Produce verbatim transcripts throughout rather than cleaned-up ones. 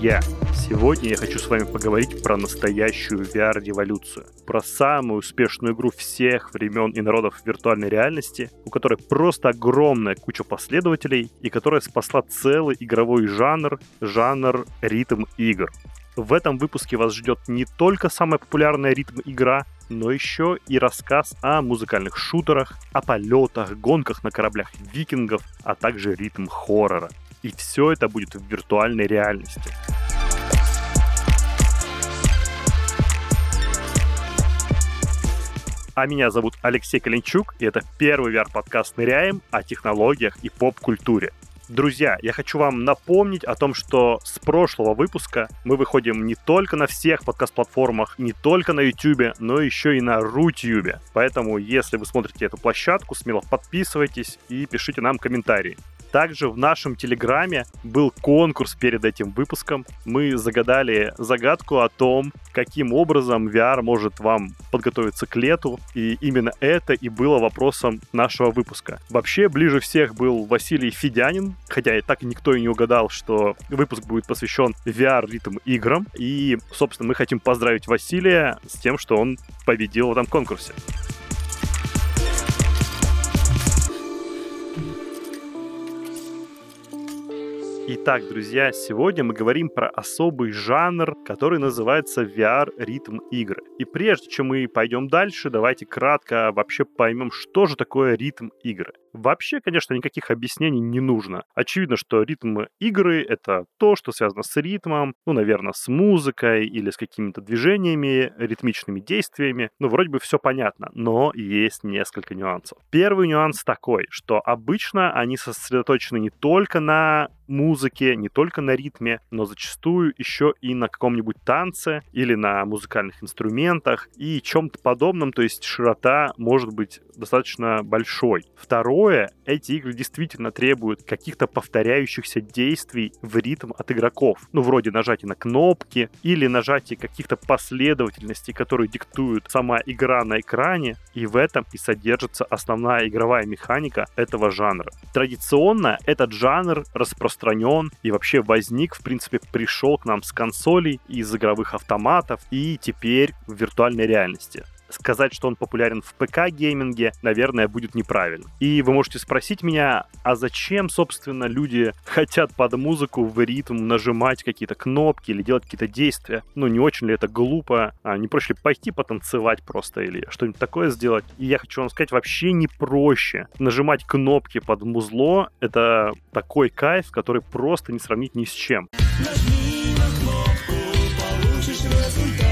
друзья! Сегодня я хочу с вами поговорить про настоящую ви ар-революцию. Про самую успешную игру всех времен и народов виртуальной реальности, у которой просто огромная куча последователей и которая спасла целый игровой жанр, жанр ритм-игр. В этом выпуске вас ждет не только самая популярная ритм-игра, но еще и рассказ о музыкальных шутерах, о полетах, гонках на кораблях викингов, а также ритм-хоррора. И все это будет в виртуальной реальности. А меня зовут Алексей Калинчук, и это первый ви ар-подкаст «Ныряем» о технологиях и поп-культуре. Друзья, я хочу вам напомнить о том, что с прошлого выпуска мы выходим не только на всех подкаст-платформах, не только на YouTube, но еще и на Рутюбе. Поэтому, если вы смотрите эту площадку, смело подписывайтесь и пишите нам комментарии. Также в нашем Телеграме был конкурс перед этим выпуском. Мы загадали загадку о том, каким образом ви ар может вам подготовиться к лету. И именно это и было вопросом нашего выпуска. Вообще, ближе всех был Василий Федянин, хотя и так никто и не угадал, что выпуск будет посвящен ви ар-ритм-играм. И, собственно, мы хотим поздравить Василия с тем, что он победил в этом конкурсе. Итак, друзья, сегодня мы говорим про особый жанр, который называется ви ар-ритм-игры. И прежде чем мы пойдем дальше, давайте кратко вообще поймем, что же такое ритм-игры. Вообще, конечно, никаких объяснений не нужно. Очевидно, что ритм-игры — это то, что связано с ритмом, ну, наверное, с музыкой или с какими-то движениями, ритмичными действиями. Ну, вроде бы все понятно, но есть несколько нюансов. Первый нюанс такой, что обычно они сосредоточены не только на музыке, не только на ритме, но зачастую еще и на каком-нибудь танце или на музыкальных инструментах и чем-то подобном, то есть широта может быть достаточно большой. Второе, эти игры действительно требуют каких-то повторяющихся действий в ритм от игроков, ну, вроде нажатия на кнопки или нажатия каких-то последовательностей, которые диктует сама игра на экране, и в этом и содержится основная игровая механика этого жанра. Традиционно этот жанр распространен и вообще возник, в принципе, пришел к нам с консолей, из игровых автоматов и теперь в виртуальной реальности. Сказать, что он популярен в пи си-гейминге, наверное, будет неправильно. И вы можете спросить меня, а зачем, собственно, люди хотят под музыку в ритм нажимать какие-то кнопки или делать какие-то действия? Ну, не очень ли это глупо? А не проще ли пойти потанцевать просто или что-нибудь такое сделать? И я хочу вам сказать, вообще не проще. Нажимать кнопки под музло — это такой кайф, который просто не сравнить ни с чем. Нажми на кнопку, получишь результат.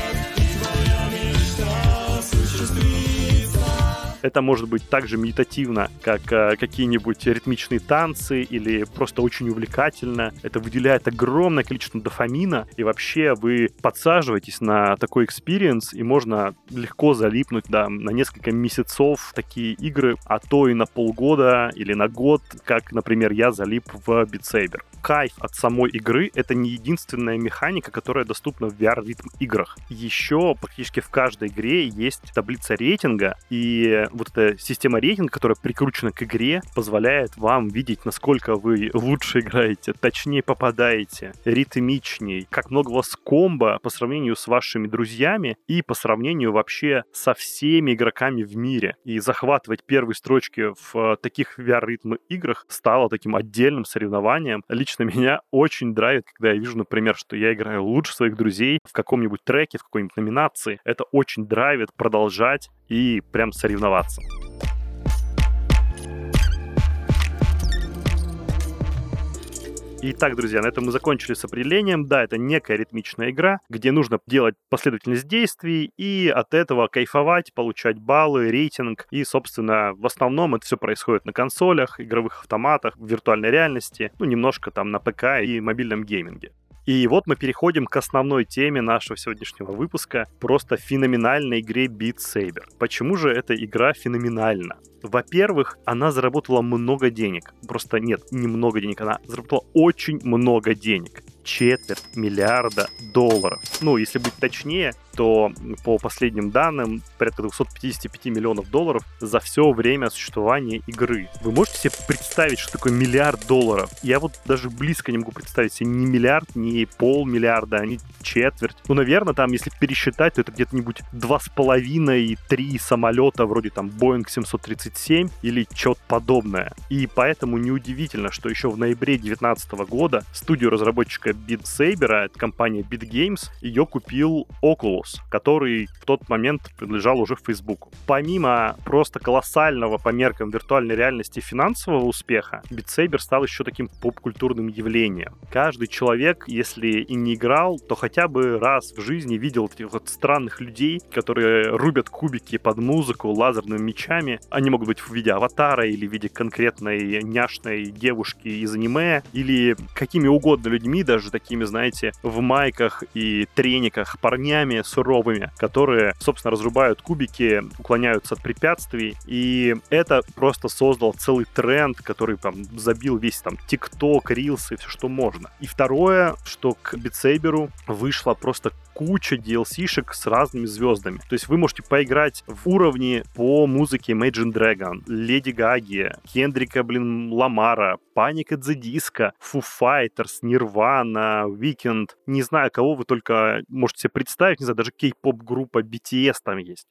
Это может быть так же медитативно, как э, какие-нибудь ритмичные танцы или просто очень увлекательно. Это выделяет огромное количество дофамина, и вообще вы подсаживаетесь на такой экспириенс, и можно легко залипнуть, да, на несколько месяцев в такие игры, а то и на полгода или на год, как, например, я залип в Beat Saber. Кайф от самой игры — это не единственная механика, которая доступна в ви ар-ритм-играх. Еще практически в каждой игре есть таблица рейтинга, и вот эта система рейтинга, которая прикручена к игре, позволяет вам видеть, насколько вы лучше играете, точнее попадаете, ритмичнее, как много у вас комбо по сравнению с вашими друзьями и по сравнению вообще со всеми игроками в мире. И захватывать первые строчки в таких ви ар-ритм-играх стало таким отдельным соревнованием. Лично меня очень драйвит, когда я вижу, например, что я играю лучше своих друзей в каком-нибудь треке, в какой-нибудь номинации. Это очень драйвит продолжать и прям соревноваться. Итак, друзья, на этом мы закончили с определением. Да, это некая ритмичная игра, где нужно делать последовательность действий и от этого кайфовать, получать баллы, рейтинг. И, собственно, в основном это все происходит на консолях, игровых автоматах, в виртуальной реальности, ну, немножко там на пи си и мобильном гейминге. И вот мы переходим к основной теме нашего сегодняшнего выпуска, просто феноменальной игре Beat Saber. Почему же эта игра феноменальна? Во-первых, она заработала много денег. Просто нет, не много денег, она заработала очень много денег. Четверть миллиарда долларов. Ну, если быть точнее, то по последним данным порядка двести пятьдесят пять миллионов долларов за все время существования игры. Вы можете себе представить, что такое миллиард долларов? Я вот даже близко не могу представить себе ни миллиард, ни не полмиллиарда, не четверть. Ну, наверное, там, если пересчитать, то это где-то-нибудь два с половиной три самолета вроде там Boeing семьсот тридцать семь или что-то подобное. И поэтому неудивительно, что еще в ноябре две тысячи девятнадцатого года студию разработчика Beat Saber, это компания Beat Games, ее купил Oculus, который в тот момент принадлежал уже Фейсбуку. Помимо просто колоссального по меркам виртуальной реальности финансового успеха, Beat Saber стал еще таким поп-культурным явлением. Каждый человек, если и не играл, то хотя бы раз в жизни видел этих вот странных людей, которые рубят кубики под музыку лазерными мечами. Они могут быть в виде аватара или в виде конкретной няшной девушки из аниме, или какими угодно людьми, даже такими, знаете, в майках и трениках парнями суровыми, которые, собственно, разрубают кубики, уклоняются от препятствий, и это просто создал целый тренд, который там забил весь там ТикТок, Рилсы, все, что можно. И второе, что к Beat Saber'у вышла просто куча ди эл си-шек с разными звездами. То есть вы можете поиграть в уровне по музыке Imagine Dragon, Леди Гаги, Кендрика, блин, Ламара, Panic at the Disco, Foo Fighters, Nirvana, Weeknd. Не знаю, кого вы только можете себе представить. Не знаю, даже кей-поп-группа би ти эс там есть.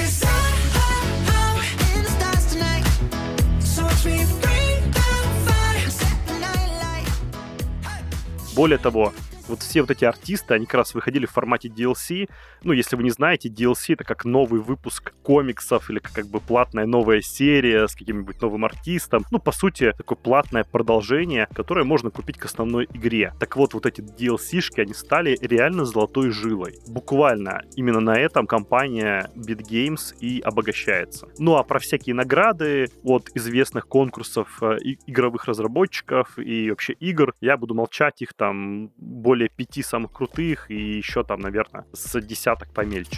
Более того, вот все вот эти артисты, они как раз выходили в формате ди эл си. Ну, если вы не знаете, ди эл си — это как новый выпуск комиксов или как бы платная новая серия с каким-нибудь новым артистом. Ну, по сути, такое платное продолжение, которое можно купить к основной игре. Так вот, вот эти ди эл си-шки, они стали реально золотой жилой. Буквально именно на этом компания Beat Games и обогащается. Ну, а про всякие награды от известных конкурсов э, игровых разработчиков и вообще игр я буду молчать, их там более более пяти самых крутых и еще там, наверное, с десяток помельче.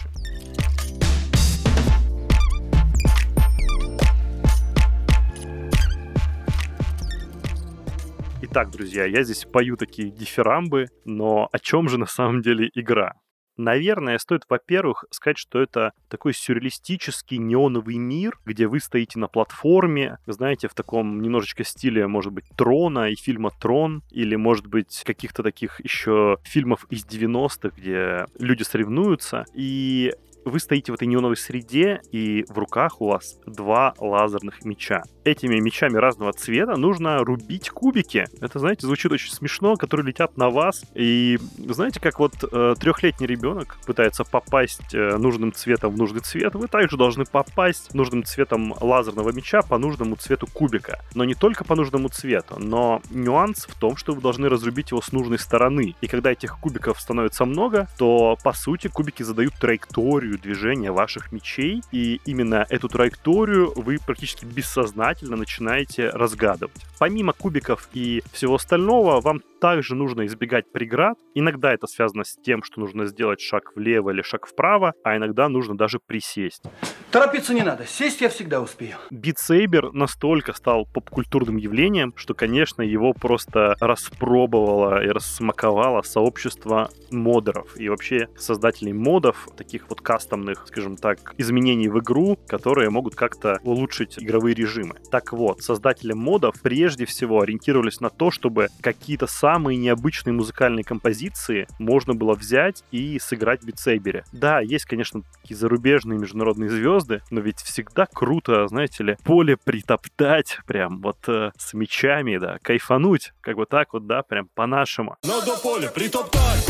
Итак, друзья, я здесь пою такие дифирамбы, но о чем же на самом деле игра? Наверное, стоит, во-первых, сказать, что это такой сюрреалистический неоновый мир, где вы стоите на платформе, знаете, в таком немножечко стиле, может быть, Трона и фильма «Трон», или, может быть, каких-то таких еще фильмов из девяностых, где люди соревнуются, и вы стоите в этой неоновой среде, и в руках у вас два лазерных меча. Этими мечами разного цвета нужно рубить кубики. Это, знаете, звучит очень смешно, которые летят на вас. И знаете, как вот э, трехлетний ребенок пытается попасть э, нужным цветом в нужный цвет, вы также должны попасть нужным цветом лазерного меча по нужному цвету кубика. Но не только по нужному цвету, но нюанс в том, что вы должны разрубить его с нужной стороны. И когда этих кубиков становится много, то, по сути, кубики задают траекторию движения ваших мечей, и именно эту траекторию вы практически бессознательно начинаете разгадывать. Помимо кубиков и всего остального, вам также нужно избегать преград. Иногда это связано с тем, что нужно сделать шаг влево или шаг вправо, а иногда нужно даже присесть. Торопиться не надо, сесть я всегда успею. Beat Saber настолько стал поп-культурным явлением, что, конечно, его просто распробовало и рассмаковало сообщество модеров и вообще создателей модов, таких вот кастомных, скажем так, изменений в игру, которые могут как-то улучшить игровые режимы. Так вот, создатели модов прежде всего ориентировались на то, чтобы какие-то самые необычные музыкальные композиции можно было взять и сыграть в Beat Saber. Да, есть, конечно, такие зарубежные международные звезды, но ведь всегда круто, знаете ли, поле притоптать, прям вот э, с мечами, да, кайфануть, как бы так вот, да, прям по-нашему. Надо поле притоптать!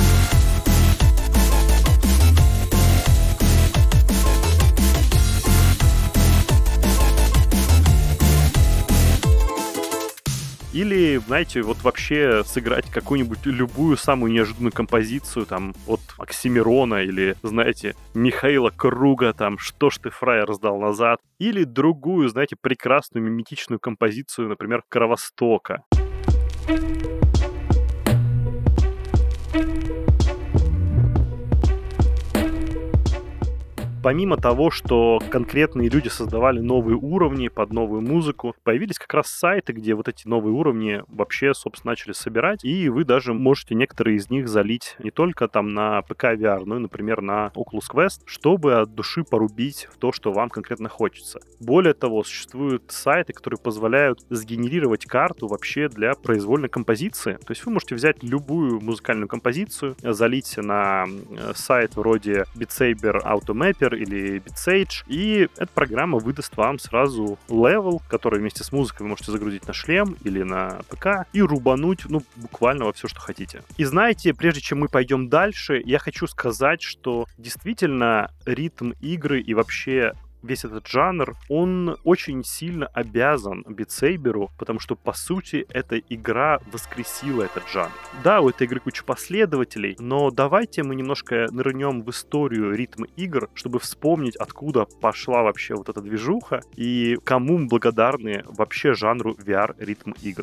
Или, знаете, вот вообще сыграть какую-нибудь любую самую неожиданную композицию там от Оксимирона или, знаете, Михаила Круга, там «Что ж ты, фраер, сдал назад». Или другую, знаете, прекрасную миметичную композицию, например, Кровостока. Помимо того, что конкретные люди создавали новые уровни под новую музыку, появились как раз сайты, где вот эти новые уровни вообще, собственно, начали собирать, и вы даже можете некоторые из них залить не только там на пэ ка ви ар, но и, например, на Oculus Quest, чтобы от души порубить в то, что вам конкретно хочется. Более того, существуют сайты, которые позволяют сгенерировать карту вообще для произвольной композиции. То есть вы можете взять любую музыкальную композицию, залить на сайт вроде Beat Saber Automapper или BeatSage, и эта программа выдаст вам сразу левел, который вместе с музыкой вы можете загрузить на шлем или на ПК и рубануть, ну, буквально во все, что хотите. И знаете, прежде чем мы пойдем дальше, я хочу сказать, что действительно ритм игры и вообще весь этот жанр, он очень сильно обязан Beat Saber'у, потому что, по сути, эта игра воскресила этот жанр. Да, у этой игры куча последователей, но давайте мы немножко нырнем в историю ритм игр, чтобы вспомнить, откуда пошла вообще вот эта движуха и кому мы благодарны вообще жанру ви ар ритм игр.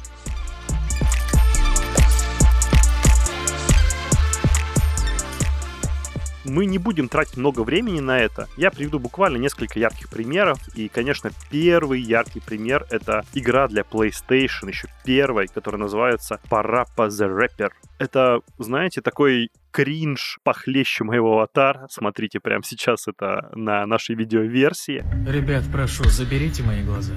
Мы не будем тратить много времени на это. Я приведу буквально несколько ярких примеров. И, конечно, первый яркий пример — это игра для PlayStation, еще первая, которая называется Parappa the Rapper. Это, знаете, такой кринж похлеще моего аватара. Смотрите прямо сейчас это на нашей видеоверсии. Ребят, прошу, заберите мои глаза.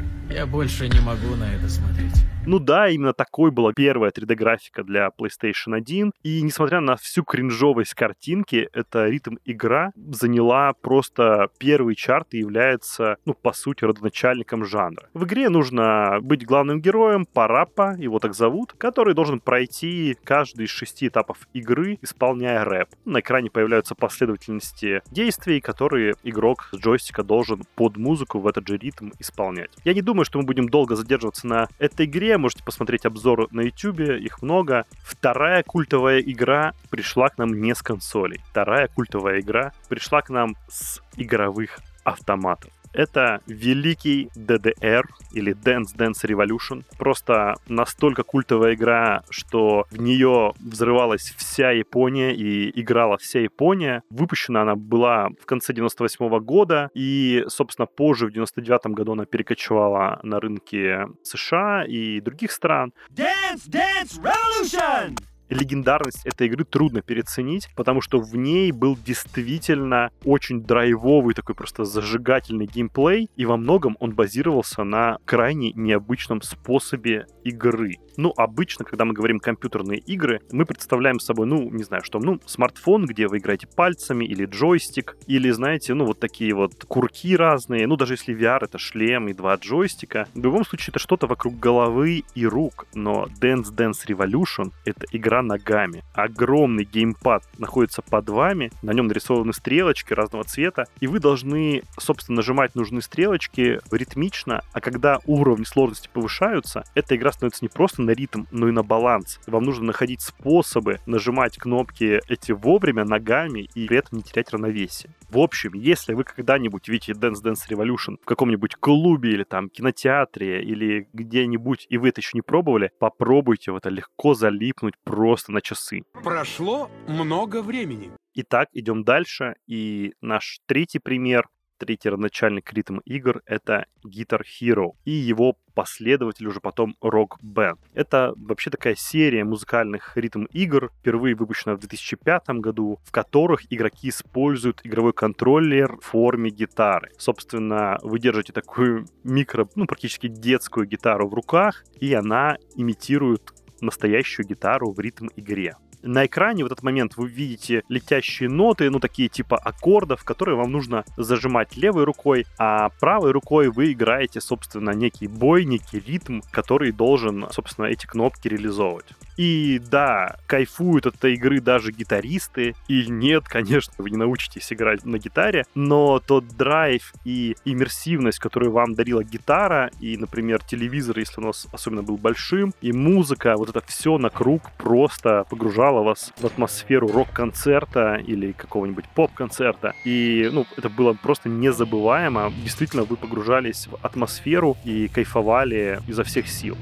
Я больше не могу на это смотреть. Ну да, именно такой была первая три дэ-графика для PlayStation один. И несмотря на всю кринжовость картинки, эта ритм-игра заняла просто первые чарты и является, ну, по сути, родоначальником жанра. В игре нужно быть главным героем Параппа, его так зовут, который должен пройти каждый из шести этапов игры, исполняя рэп. На экране появляются последовательности действий, которые игрок с джойстика должен под музыку в этот же ритм исполнять. Я не думаю, что мы будем долго задерживаться на этой игре. Можете посмотреть обзоры на YouTube, их много. Вторая культовая игра пришла к нам не с консолей. Вторая культовая игра пришла к нам с игровых автоматов. Это великий ди ди ар или Dance Dance Revolution. Просто настолько культовая игра, что в нее взрывалась вся Япония и играла вся Япония. Выпущена она была в конце девяносто восьмого года, и, собственно, позже, в девяносто девятом году, она перекочевала на рынки США и других стран. Dance Dance Revolution! Легендарность этой игры трудно переоценить, потому что в ней был действительно очень драйвовый, такой просто зажигательный геймплей, и во многом он базировался на крайне необычном способе игры. Ну, обычно, когда мы говорим компьютерные игры, мы представляем собой, ну, не знаю, что, ну, смартфон, где вы играете пальцами, или джойстик, или, знаете, ну, вот такие вот курки разные, ну, даже если ви ар — это шлем и два джойстика. В любом случае, это что-то вокруг головы и рук, но Dance Dance Revolution — это игра ногами. Огромный геймпад находится под вами, на нем нарисованы стрелочки разного цвета, и вы должны, собственно, нажимать нужные стрелочки ритмично, а когда уровни сложности повышаются, эта игра становится не просто на ритм, но и на баланс. Вам нужно находить способы нажимать кнопки эти вовремя ногами и при этом не терять равновесие. В общем, если вы когда-нибудь видите Dance Dance Revolution в каком-нибудь клубе или там кинотеатре или где-нибудь, и вы это еще не пробовали, попробуйте в это легко залипнуть просто на часы. Прошло много времени. Итак, идем дальше. И наш третий пример, третий родоначальник ритм игр — это Guitar Hero и его последователь уже потом Rock Band. Это вообще такая серия музыкальных ритм-игр, впервые выпущена в две тысячи пятом году, в которых игроки используют игровой контроллер в форме гитары. Собственно, вы держите такую микро, ну, практически детскую гитару в руках, и она имитирует настоящую гитару в ритм-игре. На экране в этот момент вы видите летящие ноты, ну, такие типа аккордов, которые вам нужно зажимать левой рукой, а правой рукой вы играете, собственно, некий бой, некий ритм, который должен, собственно, эти кнопки реализовывать. И да, кайфуют от этой игры даже гитаристы, и нет, конечно, вы не научитесь играть на гитаре, но тот драйв и иммерсивность, которую вам дарила гитара, и, например, телевизор, если у нас особенно был большим, и музыка, вот это все на круг просто погружало вас в атмосферу рок-концерта или какого-нибудь поп-концерта. И, ну, это было просто незабываемо. Действительно, вы погружались в атмосферу и кайфовали изо всех сил.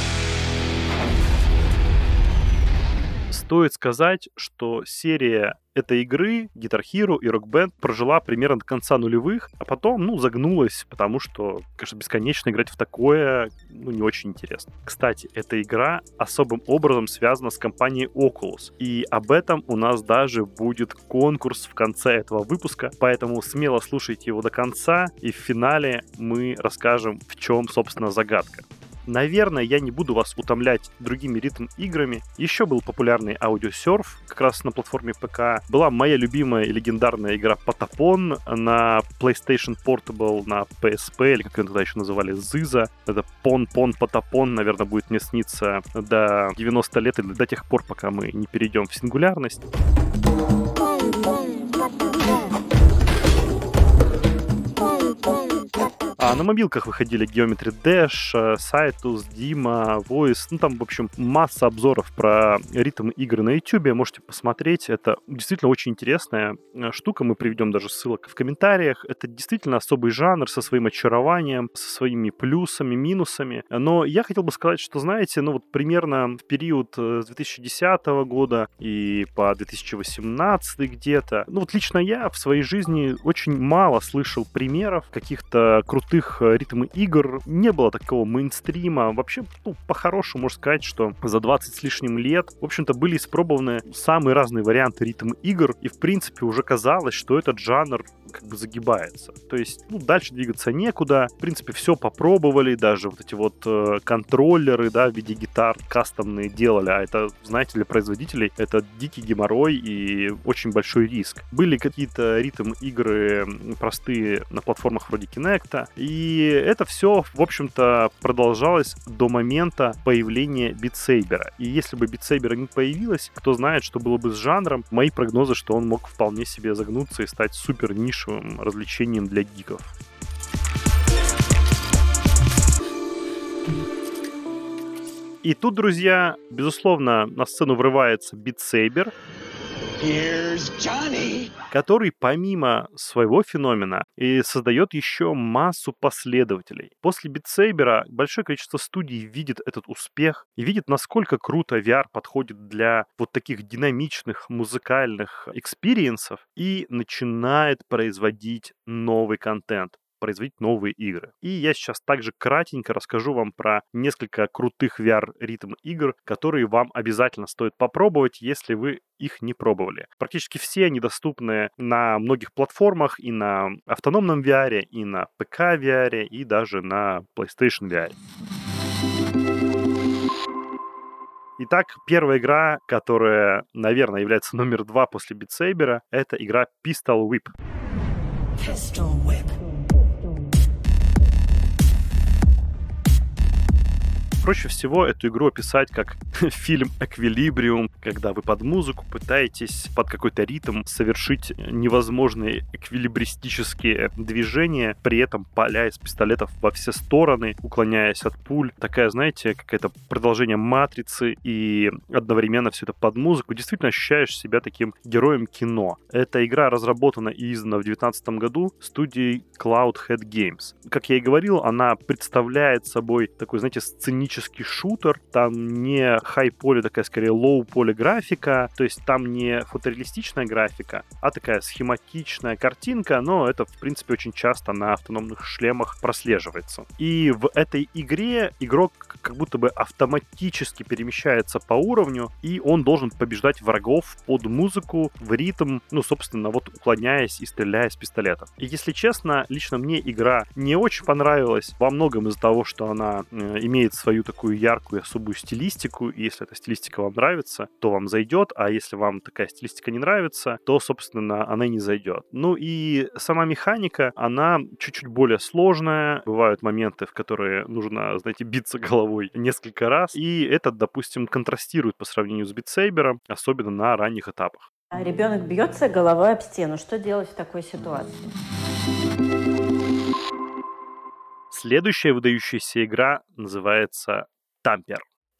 Стоит сказать, что серия этой игры Guitar Hero и Rock Band прожила примерно до конца нулевых, а потом, ну, загнулась, потому что, конечно, бесконечно играть в такое, ну, не очень интересно. Кстати, эта игра особым образом связана с компанией Oculus, и об этом у нас даже будет конкурс в конце этого выпуска, поэтому смело слушайте его до конца, и в финале мы расскажем, в чем, собственно, загадка. Наверное, я не буду вас утомлять другими ритм-играми. Еще был популярный аудиосерф, как раз на платформе ПК. Была моя любимая и легендарная игра Patapon на PlayStation Portable, на пи эс пи, или как ее тогда еще называли, Зиза. Это Пон-Пон Patapon, наверное, будет мне сниться до девяноста лет, или до тех пор, пока мы не перейдем в сингулярность. А на мобилках выходили Geometry Dash, Cytus, Dima, Voice. Ну, там, в общем, масса обзоров про ритм-игры на YouTube. Можете посмотреть. Это действительно очень интересная штука. Мы приведем даже ссылок в комментариях. Это действительно особый жанр со своим очарованием, со своими плюсами, минусами. Но я хотел бы сказать, что, знаете, ну вот примерно в период с две тысячи десятого года и по две тысячи восемнадцатый где-то, ну вот лично я в своей жизни очень мало слышал примеров каких-то крутых ритм игр, не было такого мейнстрима. Вообще, ну, по-хорошему можно сказать, что за двадцать с лишним лет, в общем-то, были испробованы самые разные варианты ритм игр, и, в принципе, уже казалось, что этот жанр как бы загибается. То есть, ну, дальше двигаться некуда. В принципе, все попробовали, даже вот эти вот э, контроллеры, да, в виде гитар кастомные делали, а это, знаете, для производителей это дикий геморрой и очень большой риск. Были какие-то ритм-игры простые на платформах вроде Kinect, и это все, в общем-то, продолжалось до момента появления Beat Saber. И если бы Beat Saber не появилась, кто знает, что было бы с жанром. Мои прогнозы, что он мог вполне себе загнуться и стать супер нишевым развлечением для гиков. И тут, друзья, безусловно, на сцену врывается Beat Saber, который помимо своего феномена и создает еще массу последователей. После Beat Saber большое количество студий видит этот успех и видит, насколько круто ви ар подходит для вот таких динамичных музыкальных экспириенсов и начинает производить новый контент, производить новые игры. И я сейчас также кратенько расскажу вам про несколько крутых ви ар-ритм-игр, которые вам обязательно стоит попробовать, если вы их не пробовали. Практически все они доступны на многих платформах, и на автономном ви ар, и на пи си ви ар, и даже на PlayStation ви ар. Итак, первая игра, которая, наверное, является номер два после Beat Saber, это игра Pistol Whip. Pistol Whip. Проще всего эту игру описать как фильм «Эквилибриум», когда вы под музыку пытаетесь под какой-то ритм совершить невозможные эквилибристические движения, при этом паля из пистолетов во все стороны, уклоняясь от пуль. Такая, знаете, какое-то продолжение «Матрицы», и одновременно все это под музыку. Действительно ощущаешь себя таким героем кино. Эта игра разработана и издана в две тысячи девятнадцатом году студией Cloudhead Games. Как я и говорил, она представляет собой такой, знаете, сценический шутер, там не хай-поле, такая скорее лоу-поле графика, то есть там не фотореалистичная графика, а такая схематичная картинка, но это, в принципе, очень часто на автономных шлемах прослеживается. И в этой игре игрок как будто бы автоматически перемещается по уровню, и он должен побеждать врагов под музыку, в ритм, ну, собственно, вот уклоняясь и стреляя из пистолетов. И, если честно, лично мне игра не очень понравилась, во многом из-за того, что она э, имеет свою такую яркую и особую стилистику, и если эта стилистика вам нравится, то вам зайдет, а если вам такая стилистика не нравится, то, собственно, она и не зайдет. Ну и сама механика, она чуть-чуть более сложная, бывают моменты, в которые нужно, знаете, биться головой несколько раз, и это, допустим, контрастирует по сравнению с Beat Saber, особенно на ранних этапах. Ребенок бьется головой об стену. Что делать в такой ситуации? Следующая выдающаяся игра называется Tamper.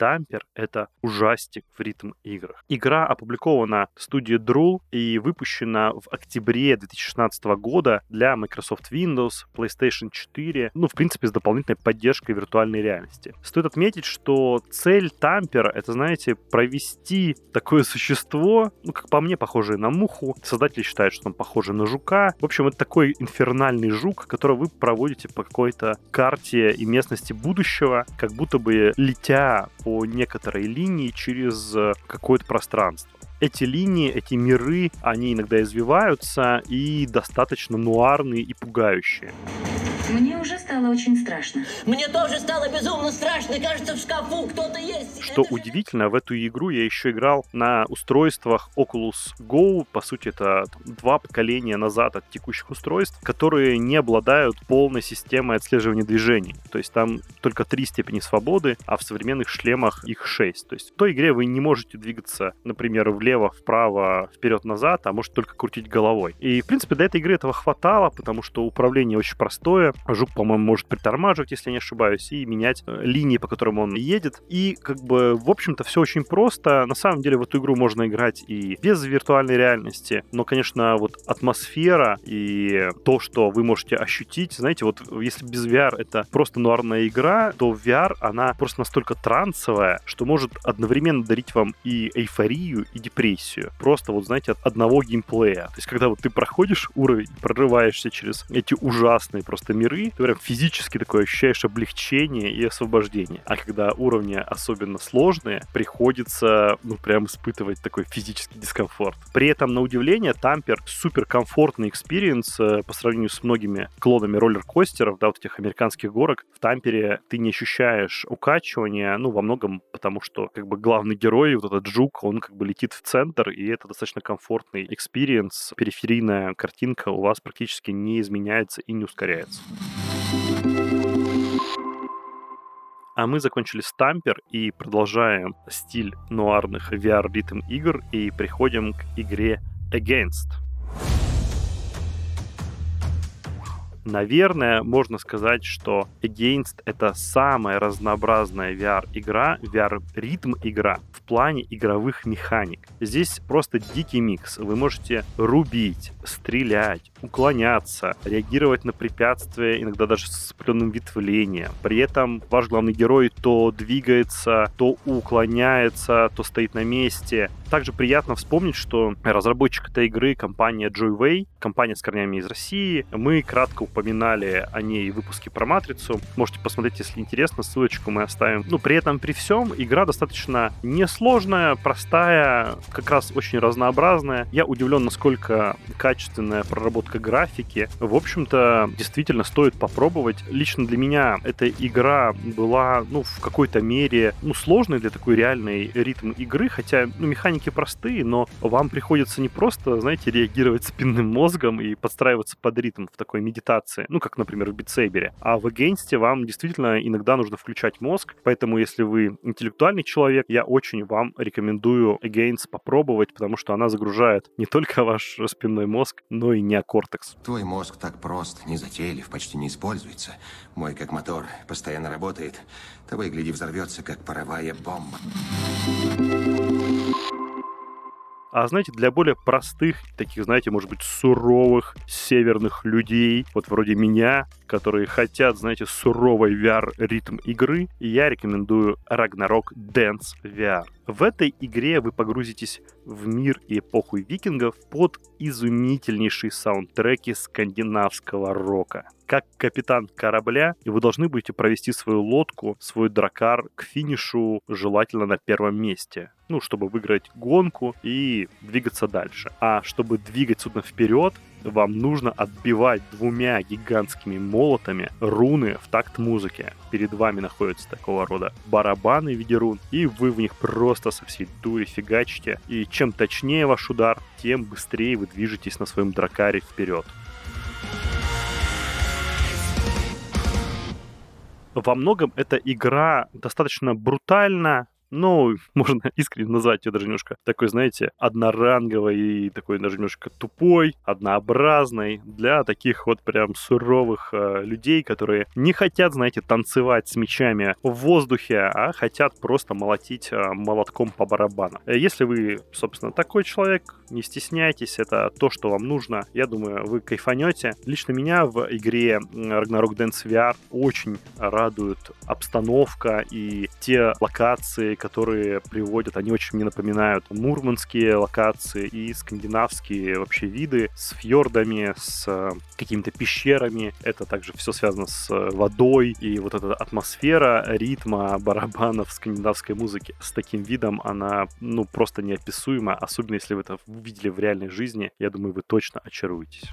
Тампер — это ужастик в ритм-играх. Игра опубликована студией Drool и выпущена в октябре две тысячи шестнадцатого года для Microsoft Windows, PlayStation четыре, ну, в принципе, с дополнительной поддержкой виртуальной реальности. Стоит отметить, что цель Тампера — это, знаете, провести такое существо, ну, как по мне, похожее на муху. Создатели считают, что он похоже на жука. В общем, это такой инфернальный жук, которого вы проводите по какой-то карте и местности будущего, как будто бы летя по некоторой линии через какое-то пространство. Эти линии, эти миры, они иногда извиваются и достаточно нуарные и пугающие. Мне уже стало очень страшно. Мне тоже стало безумно страшно. Кажется, в шкафу кто-то есть. Что это удивительно, в эту игру я еще играл на устройствах Oculus Go. По сути, это два поколения назад от текущих устройств, которые не обладают полной системой отслеживания движений. То есть там только три степени свободы, а в современных шлемах их шесть. То есть в той игре вы не можете двигаться, например, влево, вправо, вперед-назад, а можете только крутить головой. И, в принципе, для этой игры этого хватало, потому что управление очень простое. Жук, по-моему, может притормаживать, если я не ошибаюсь, и менять линии, по которым он едет. И, как бы, в общем-то, все очень просто. На самом деле, в эту игру можно играть и без виртуальной реальности. Но, конечно, вот атмосфера и то, что вы можете ощутить, знаете, вот если без ви ар это просто нуарная игра, то ви ар, она просто настолько трансовая, что может одновременно дарить вам и эйфорию, и депрессию. Просто, вот, знаете, от одного геймплея. То есть, когда вот ты проходишь уровень, прорываешься через эти ужасные просто миры, ты прям физически такое ощущаешь облегчение и освобождение. А когда уровни особенно сложные, приходится, ну, прям испытывать такой физический дискомфорт. При этом, на удивление, Тампер суперкомфортный экспириенс по сравнению с многими клонами роллер-костеров, да, вот этих американских горок. В Тампере ты не ощущаешь укачивания, ну, во многом потому, что, как бы, главный герой, вот этот жук, он, как бы, летит в центр, и это достаточно комфортный экспириенс. Периферийная картинка у вас практически не изменяется и не ускоряется. А мы закончили с Тампер и продолжаем стиль нуарных ви ар-ритм игр и приходим к игре Against. Наверное, можно сказать, что Against — это самая разнообразная ви ар-игра, ви ар-ритм-игра в плане игровых механик. Здесь просто дикий микс. Вы можете рубить, стрелять, уклоняться, реагировать на препятствия, иногда даже с определенным ветвлением. При этом ваш главный герой то двигается, то уклоняется, то стоит на месте. Также приятно вспомнить, что разработчик этой игры — компания Joyway, компания с корнями из России. Мы кратко упоминали о ней в выпуске про Матрицу. Можете посмотреть, если интересно, ссылочку мы оставим. Ну, при этом, при всем, игра достаточно несложная, простая, как раз очень разнообразная. Я удивлен, насколько качественная проработка графики. В общем-то, действительно стоит попробовать. Лично для меня эта игра была, ну, в какой-то мере, ну, сложной для такой реальной ритм игры, хотя, ну, механики простые, но вам приходится не просто, знаете, реагировать спинным мозгом и подстраиваться под ритм в такой медитации, ну, как, например, в Beat Saber, а в Against вам действительно иногда нужно включать мозг, поэтому если вы интеллектуальный человек, я очень вам рекомендую Against попробовать, потому что она загружает не только ваш спинной мозг, но и неокортекс. Твой мозг так прост, незатейлив, почти не используется. Мой, как мотор, постоянно работает. Того и гляди, взорвется, как паровая бомба. А знаете, для более простых, таких, знаете, может быть, суровых северных людей, вот вроде меня, которые хотят, знаете, суровой ви ар-ритм игры, я рекомендую Ragnarok Dance ви ар. В этой игре вы погрузитесь в мир и эпоху викингов под изумительнейшие саундтреки скандинавского рока. Как капитан корабля, и вы должны будете провести свою лодку, свой дракар к финишу, желательно на первом месте. Ну, чтобы выиграть гонку и двигаться дальше. А чтобы двигать судно вперед, вам нужно отбивать двумя гигантскими молотами руны в такт музыки. Перед вами находятся такого рода барабаны в виде рун, и вы в них просто со всей дури фигачите. И чем точнее ваш удар, тем быстрее вы движетесь на своем дракаре вперед. Во многом эта игра достаточно брутальна, Ну, можно искренне назвать ее даже немножко такой, знаете, одноранговой и такой даже немножко тупой, однообразной для таких вот прям суровых э, людей, которые не хотят, знаете, танцевать с мячами в воздухе, а хотят просто молотить э, молотком по барабану. Если вы, собственно, такой человек, не стесняйтесь, это то, что вам нужно. Я думаю, вы кайфанете. Лично меня в игре Ragnarok Dance ви ар очень радует обстановка и те локации, которые приводят, они очень мне напоминают мурманские локации и скандинавские вообще виды с фьордами, с какими-то пещерами. Это также все связано с водой, и вот эта атмосфера ритма барабанов скандинавской музыки с таким видом, она, ну, просто неописуема, особенно если вы это увидели в реальной жизни. Я думаю, вы точно очаруетесь.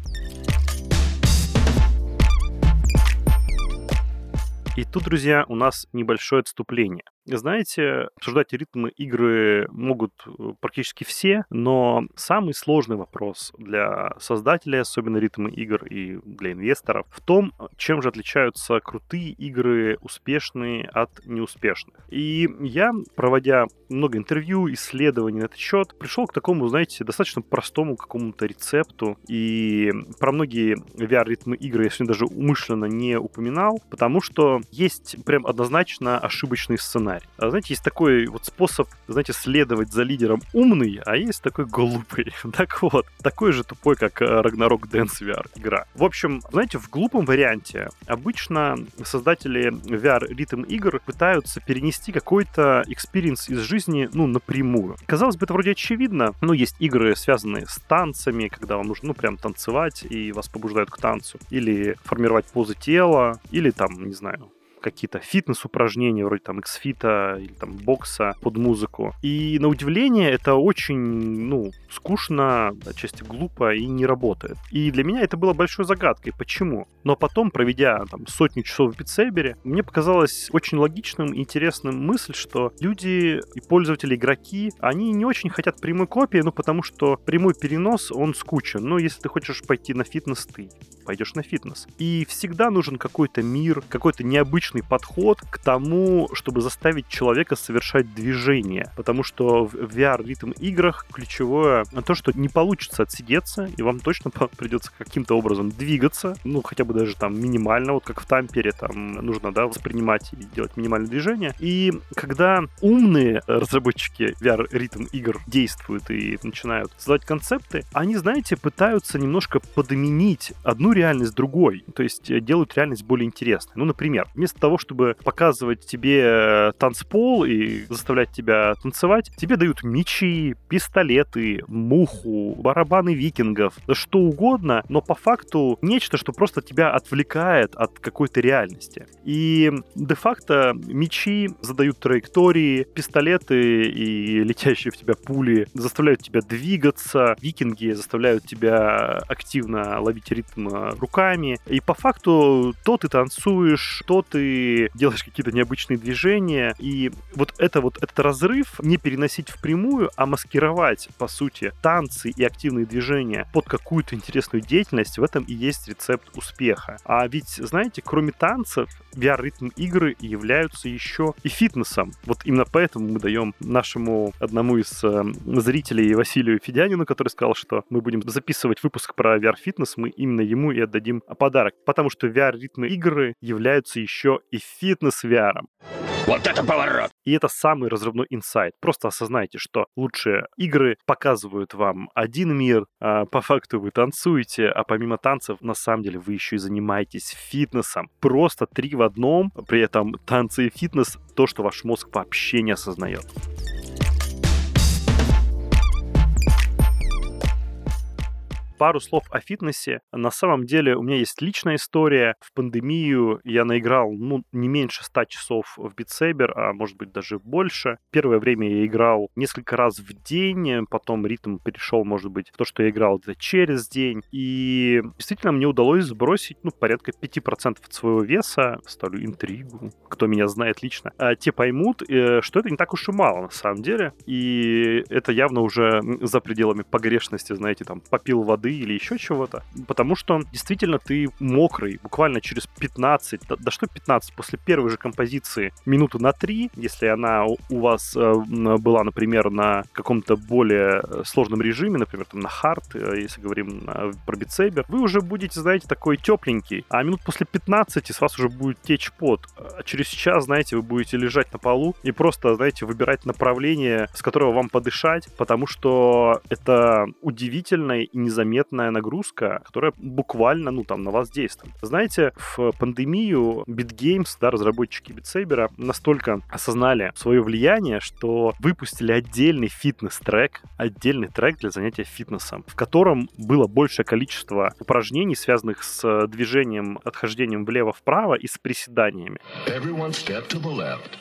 И тут, друзья, у нас небольшое отступление. Знаете, обсуждать ритмы игры могут практически все, но самый сложный вопрос для создателей, особенно ритмы игр и для инвесторов, в том, чем же отличаются крутые игры, успешные от неуспешных. И я, проводя много интервью, исследований на этот счет, пришел к такому, знаете, достаточно простому какому-то рецепту. И про многие ви ар-ритмы игры я сегодня даже умышленно не упоминал, потому что есть прям однозначно ошибочный сценарий. А знаете, есть такой вот способ, знаете, следовать за лидером умный, а есть такой глупый. Так вот, такой же тупой, как Ragnarok Dance ви ар игра. В общем, знаете, в глупом варианте обычно создатели ви ар-ритм игр пытаются перенести какой-то экспириенс из жизни, ну, напрямую. Казалось бы, это вроде очевидно, но есть игры, связанные с танцами, когда вам нужно, ну, прям танцевать, и вас побуждают к танцу. Или формировать позы тела, или там, не знаю, какие-то фитнес-упражнения, вроде там икс-фита или там бокса под музыку. И на удивление это очень, ну, скучно, отчасти глупо и не работает. И для меня это было большой загадкой. Почему? Но потом, проведя там сотню часов в Beat Saber, мне показалось очень логичным и интересным мысль, что люди и пользователи, игроки, они не очень хотят прямой копии, ну, потому что прямой перенос, он скучен. Но если ты хочешь пойти на фитнес, ты пойдешь на фитнес. И всегда нужен какой-то мир, какой-то необычный подход к тому, чтобы заставить человека совершать движение. Потому что в ви ар-ритм играх ключевое то, что не получится отсидеться, и вам точно придется каким-то образом двигаться, ну, хотя бы даже там минимально, вот как в Тампере, там нужно, да, воспринимать и делать минимальные движения. И когда умные разработчики ви ар-ритм игр действуют и начинают создавать концепты, они, знаете, пытаются немножко подменить одну реальность другой, то есть делают реальность более интересной. Ну, например, вместо того, чтобы показывать тебе танцпол и заставлять тебя танцевать, тебе дают мечи, пистолеты, муху, барабаны викингов, да что угодно, но по факту нечто, что просто тебя отвлекает от какой-то реальности. И де-факто мечи задают траектории, пистолеты и летящие в тебя пули заставляют тебя двигаться, викинги заставляют тебя активно ловить ритм руками, и по факту то ты танцуешь, то ты делаешь какие-то необычные движения, и вот это вот этот разрыв не переносить впрямую, а маскировать, по сути, танцы и активные движения под какую-то интересную деятельность, в этом и есть рецепт успеха. А ведь, знаете, кроме танцев, ви ар-ритм игры являются еще и фитнесом. Вот именно поэтому мы даем нашему одному из э, зрителей, Василию Федянину, который сказал, что мы будем записывать выпуск про ви ар-фитнес, мы именно ему и отдадим подарок, потому что ви ар-ритм игры являются еще и фитнес-ви ар. Вот это поворот! И это самый разрывной инсайт. Просто осознайте, что лучшие игры показывают вам один мир, а по факту вы танцуете, а помимо танцев, на самом деле, вы еще и занимаетесь фитнесом. Просто три в одном, при этом танцы и фитнес — то, что ваш мозг вообще не осознает. Пару слов о фитнесе. На самом деле у меня есть личная история. В пандемию я наиграл, ну, не меньше ста часов в Beat Saber, а может быть даже больше. Первое время я играл несколько раз в день, потом ритм перешел, может быть, в то, что я играл это через день. И действительно мне удалось сбросить, ну, порядка пять процентов от своего веса. Ставлю интригу. Кто меня знает лично. А те поймут, что это не так уж и мало на самом деле. И это явно уже за пределами погрешности, знаете, там, попил воды воды или еще чего-то. Потому что действительно ты мокрый буквально через пятнадцать, да, да что пятнадцать, после первой же композиции минуту на три, если она у вас э, была, например, на каком-то более сложном режиме, например, там на хард, если говорим на, про Beat Saber, вы уже будете, знаете, такой тепленький, а минут после пятнадцати с вас уже будет течь пот. А через час, знаете, вы будете лежать на полу и просто, знаете, выбирать направление, с которого вам подышать, потому что это удивительная и незаметная нагрузка, которая буквально, ну, там, на вас действует. Знаете, в пандемию Beat Games, да, разработчики Beat Saber, настолько осознали свое влияние, что выпустили отдельный фитнес-трек, отдельный трек для занятия фитнесом, в котором было большее количество упражнений, связанных с движением, отхождением влево-вправо и с приседаниями. Everyone step to the left.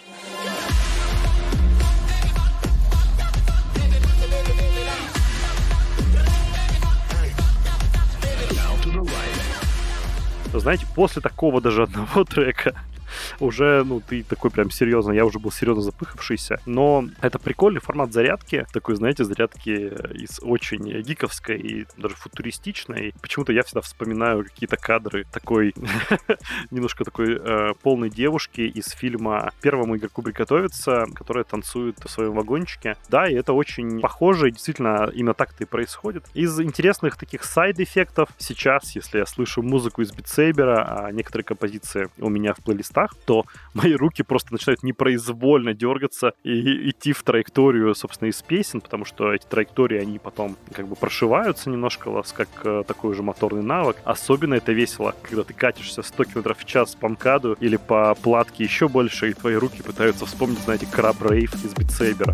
Now to the right. Знаете, после такого даже одного трека уже, ну, ты такой прям серьезно, я уже был серьезно запыхавшийся, но это прикольный формат зарядки, такой, знаете, зарядки из очень гиковской и даже футуристичной. Почему-то я всегда вспоминаю какие-то кадры такой, немножко такой э, полной девушки из фильма «Первому игроку приготовиться», которая танцует в своем вагончике. Да, и это очень похоже, и действительно именно так-то и происходит. Из интересных таких сайд-эффектов сейчас, если я слышу музыку из Beat Saber, а некоторые композиции у меня в плейлистах, то мои руки просто начинают непроизвольно дергаться и идти в траекторию, собственно, из песен, потому что эти траектории, они потом как бы прошиваются немножко у вас, как э, такой уже моторный навык. Особенно это весело, когда ты катишься сто километров в час по МКАДу или по платке еще больше, и твои руки пытаются вспомнить, знаете, Crab Rave из Beat Saber.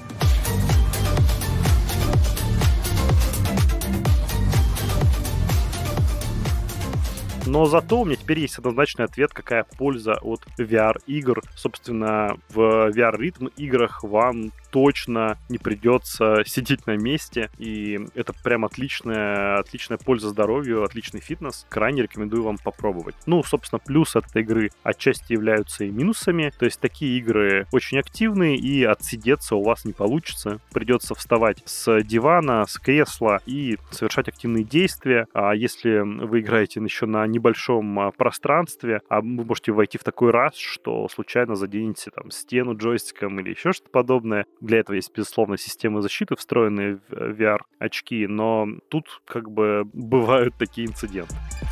Но зато у меня теперь есть однозначный ответ, какая польза от ви ар-игр. Собственно, в ви ар-ритм играх вам точно не придется сидеть на месте, и это прям отличная, отличная польза здоровью, отличный фитнес. Крайне рекомендую вам попробовать. Ну, собственно, плюсы от этой игры отчасти являются и минусами, то есть такие игры очень активные, и отсидеться у вас не получится. Придется вставать с дивана, с кресла и совершать активные действия. А если вы играете еще на небольшом пространстве, а вы можете войти в такой раш, что случайно заденете там стену джойстиком или еще что-то подобное. Для этого есть, безусловно, системы защиты, встроенные в ви ар-очки, но тут как бы бывают такие инциденты.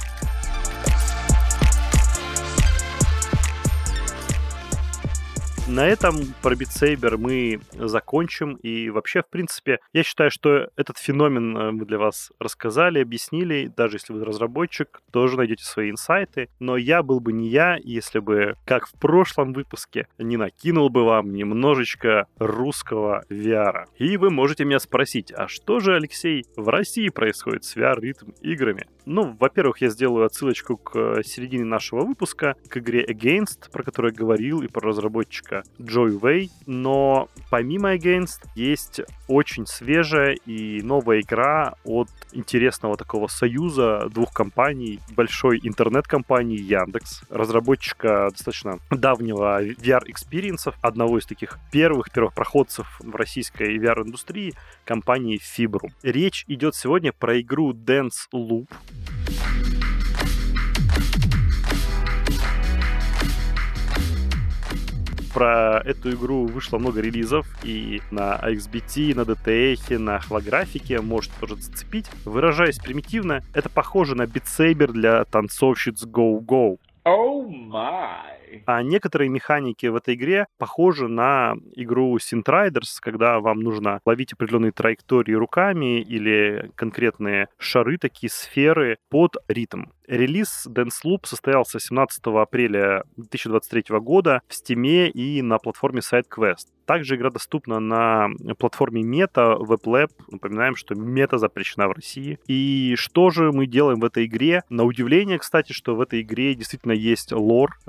На этом про Beat Saber мы закончим. И вообще, в принципе, я считаю, что этот феномен мы для вас рассказали, объяснили. Даже если вы разработчик, тоже найдете свои инсайты. Но я был бы не я, если бы, как в прошлом выпуске, не накинул бы вам немножечко русского ви ар. И вы можете меня спросить, а что же, Алексей, в России происходит с ви ар-ритм играми? Ну, во-первых, я сделаю отсылочку к середине нашего выпуска, к игре Against, про которую я говорил, и про разработчика Joy Way, но помимо Against есть очень свежая и новая игра от интересного такого союза двух компаний, большой интернет-компании Яндекс, разработчика достаточно давнего ви ар-экспириенсов, одного из таких первых первопроходцев в российской ви ар-индустрии, компании Fibrum. Речь идет сегодня про игру Dance Loop. Про эту игру вышло много релизов, и на икс би ти, на ди ти эйч, на холографике может тоже зацепить. Выражаясь примитивно, это похоже на Beat Saber для танцовщиц Go-Go. Oh my. А некоторые механики в этой игре похожи на игру Synth Riders, когда вам нужно ловить определенные траектории руками или конкретные шары, такие сферы под ритм. Релиз Dance Loop состоялся семнадцатого апреля две тысячи двадцать третьего года в Steam и на платформе SideQuest. Также игра доступна на платформе Meta, WebLab. Напоминаем, что Meta запрещена в России. И что же мы делаем в этой игре? На удивление, кстати, что в этой игре действительно есть лор. Мы, знаете,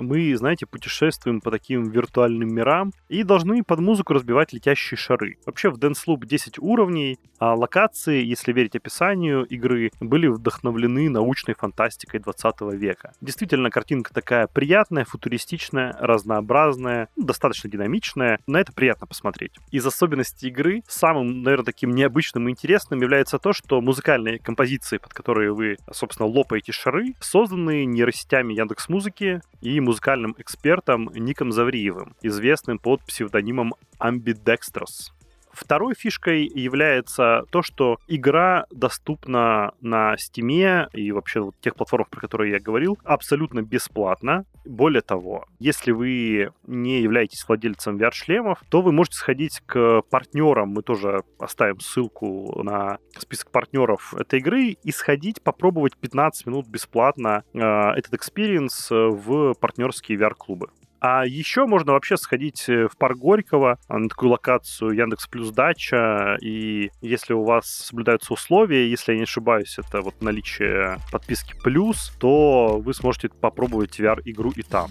знаете, путешествуем по таким виртуальным мирам и должны под музыку разбивать летящие шары. Вообще в Dance Loop десять уровней, а локации, если верить описанию игры, были вдохновлены научной фантастикой двадцатого века. Действительно, картинка такая приятная, футуристичная, разнообразная, ну, достаточно динамичная. На это приятно посмотреть. Из особенностей игры самым, наверное, таким необычным и интересным является то, что музыкальные композиции, под которые вы, собственно, лопаете шары, созданы нейросетями Яндекс.Музыки и музыкальным экспертом Ником Завриевым, известным под псевдонимом Ambidextrous. Второй фишкой является то, что игра доступна на Steam и вообще вот тех платформах, про которые я говорил, абсолютно бесплатно. Более того, если вы не являетесь владельцем ви ар-шлемов, то вы можете сходить к партнерам, мы тоже оставим ссылку на список партнеров этой игры, и сходить попробовать пятнадцать минут бесплатно э, этот экспириенс в партнерские ви ар-клубы. А еще можно вообще сходить в парк Горького, на такую локацию Яндекс Плюс Дача, и если у вас соблюдаются условия, если я не ошибаюсь, это вот наличие подписки плюс, то вы сможете попробовать ви ар-игру и там.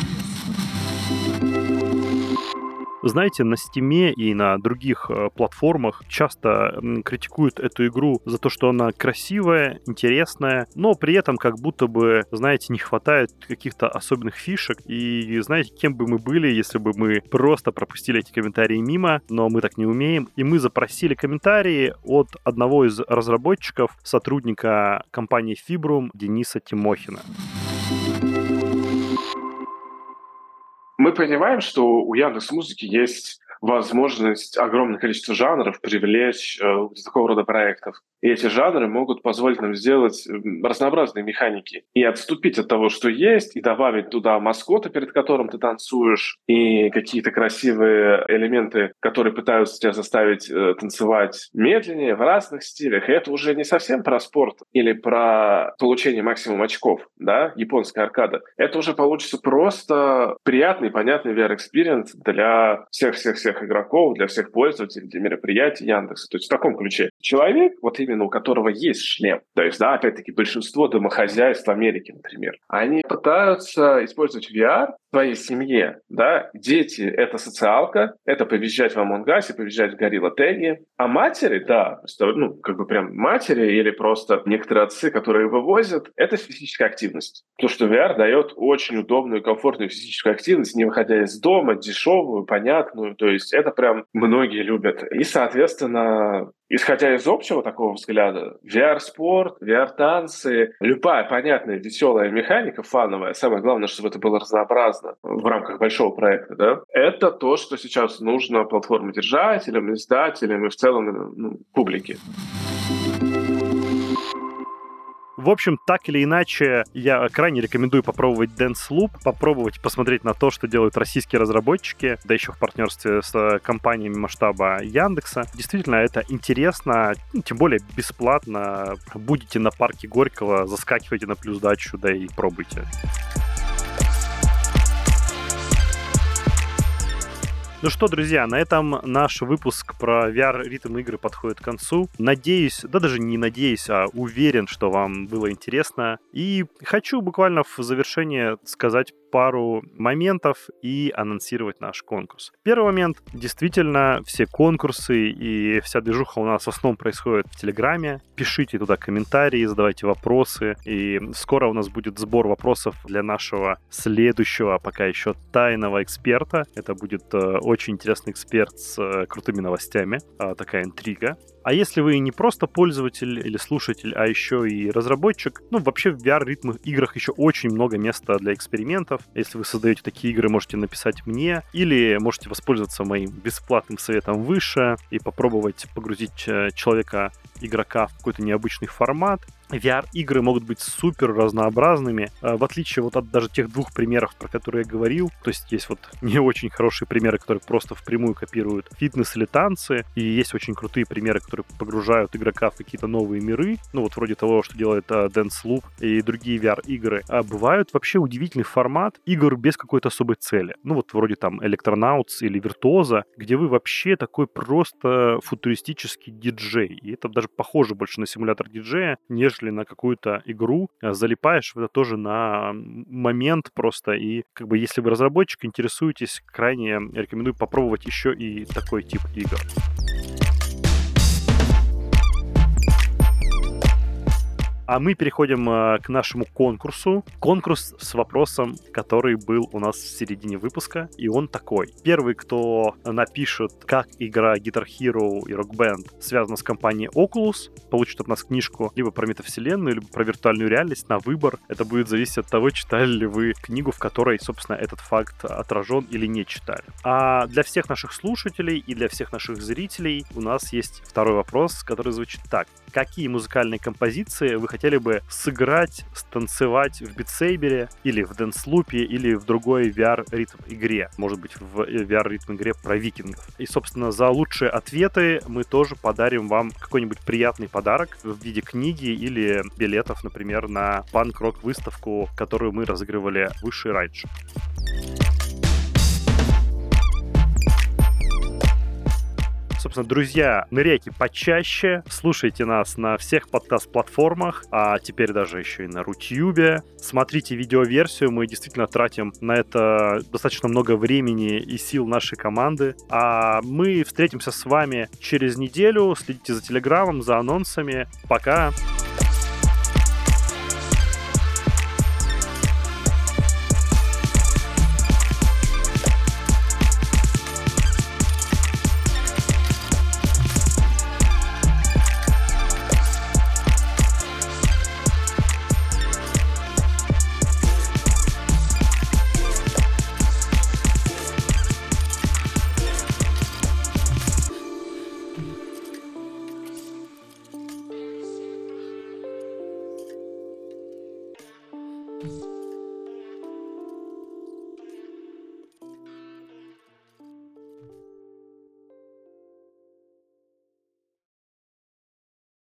Знаете, на Steam и на других э, платформах часто м, критикуют эту игру за то, что она красивая, интересная, но при этом как будто бы, знаете, не хватает каких-то особенных фишек. И знаете, кем бы мы были, если бы мы просто пропустили эти комментарии мимо, но мы так не умеем. И мы запросили комментарии от одного из разработчиков, сотрудника компании Fibrum Дениса Тимохина. Мы понимаем, что у Яндекс.Музыки есть возможность огромное количество жанров привлечь э, для такого рода проектов. И эти жанры могут позволить нам сделать разнообразные механики и отступить от того, что есть, и добавить туда маскота, перед которым ты танцуешь, и какие-то красивые элементы, которые пытаются тебя заставить э, танцевать медленнее, в разных стилях. И это уже не совсем про спорт или про получение максимум очков, да, японская аркада. Это уже получится просто приятный, понятный ви ар-экспириенс для всех-всех-всех игроков, для всех пользователей, для мероприятий Яндекса. То есть в таком ключе. Человек, вот именно у которого есть шлем, то есть, да, опять-таки, большинство домохозяйств Америки, например, они пытаются использовать ви ар в своей семье, да. Дети — это социалка, это побежать в Among Us, побежать в Gorilla Tag, а матери, да, ну, как бы прям матери или просто некоторые отцы, которые вывозят, это физическая активность. То, что ви ар дает очень удобную и комфортную физическую активность, не выходя из дома, дешевую, понятную, то есть это прям многие любят. И, соответственно, исходя из общего такого взгляда, ви ар-спорт, ви ар-танцы, любая понятная, веселая механика, фановая, самое главное, чтобы это было разнообразно в рамках большого проекта, да, это то, что сейчас нужно платформодержателям, издателям и в целом, ну, публике. В общем, так или иначе, я крайне рекомендую попробовать Dance Loop, попробовать посмотреть на то, что делают российские разработчики, да еще в партнерстве с компаниями масштаба Яндекса. Действительно, это интересно, ну, тем более бесплатно. Будете на парке Горького, заскакивайте на Плюс Дачу, да и пробуйте. Ну что, друзья, на этом наш выпуск про ви ар-ритм-игры подходит к концу. Надеюсь, да даже не надеюсь, а уверен, что вам было интересно. И хочу буквально в завершение сказать пару моментов и анонсировать наш конкурс. Первый момент. Действительно, все конкурсы и вся движуха у нас в основном происходит в Телеграме. Пишите туда комментарии, задавайте вопросы. И скоро у нас будет сбор вопросов для нашего следующего, пока еще тайного эксперта. Это будет э, очень интересный эксперт с э, крутыми новостями. Э, такая интрига. А если вы не просто пользователь или слушатель, а еще и разработчик, ну, вообще в ви ар-ритм-играх еще очень много места для экспериментов. Если вы создаете такие игры, можете написать мне, или можете воспользоваться моим бесплатным советом выше и попробовать погрузить человека, игрока в какой-то необычный формат. ви ар-игры могут быть супер разнообразными, в отличие вот от даже тех двух примеров, про которые я говорил. То есть есть вот не очень хорошие примеры, которые просто впрямую копируют фитнес или танцы, и есть очень крутые примеры, которые погружают игрока в какие-то новые миры, ну вот вроде того, что делает Dance Loop и другие ви ар-игры. А бывают вообще удивительный формат игр без какой-то особой цели. Ну вот вроде там Electronauts или Virtuoso, где вы вообще такой просто футуристический диджей. И это даже похоже больше на симулятор диджея, нежели или на какую-то игру, залипаешь в это тоже на момент просто. И как бы если вы разработчик, интересуетесь, крайне рекомендую попробовать еще и такой тип игр. А мы переходим э, к нашему конкурсу. Конкурс с вопросом, который был у нас в середине выпуска. И он такой. Первый, кто напишет, как игра Guitar Hero и Rock Band связана с компанией Oculus, получит от нас книжку либо про метавселенную, либо про виртуальную реальность на выбор. Это будет зависеть от того, читали ли вы книгу, в которой, собственно, этот факт отражен или не читали. А для всех наших слушателей и для всех наших зрителей у нас есть второй вопрос, который звучит так. Какие музыкальные композиции вы хотели бы сыграть, станцевать в Beat Saber или в Dance Loop или в другой ви ар-ритм-игре? Может быть, в ви ар-ритм-игре про викингов. И, собственно, за лучшие ответы мы тоже подарим вам какой-нибудь приятный подарок в виде книги или билетов, например, на панк-рок-выставку, которую мы разыгрывали выше и раньше. Собственно, друзья, ныряйте почаще, слушайте нас на всех подкаст-платформах, а теперь даже еще и на Рутюбе. Смотрите видеоверсию, мы действительно тратим на это достаточно много времени и сил нашей команды. А мы встретимся с вами через неделю. Следите за Телеграмом, за анонсами. Пока! Thank you.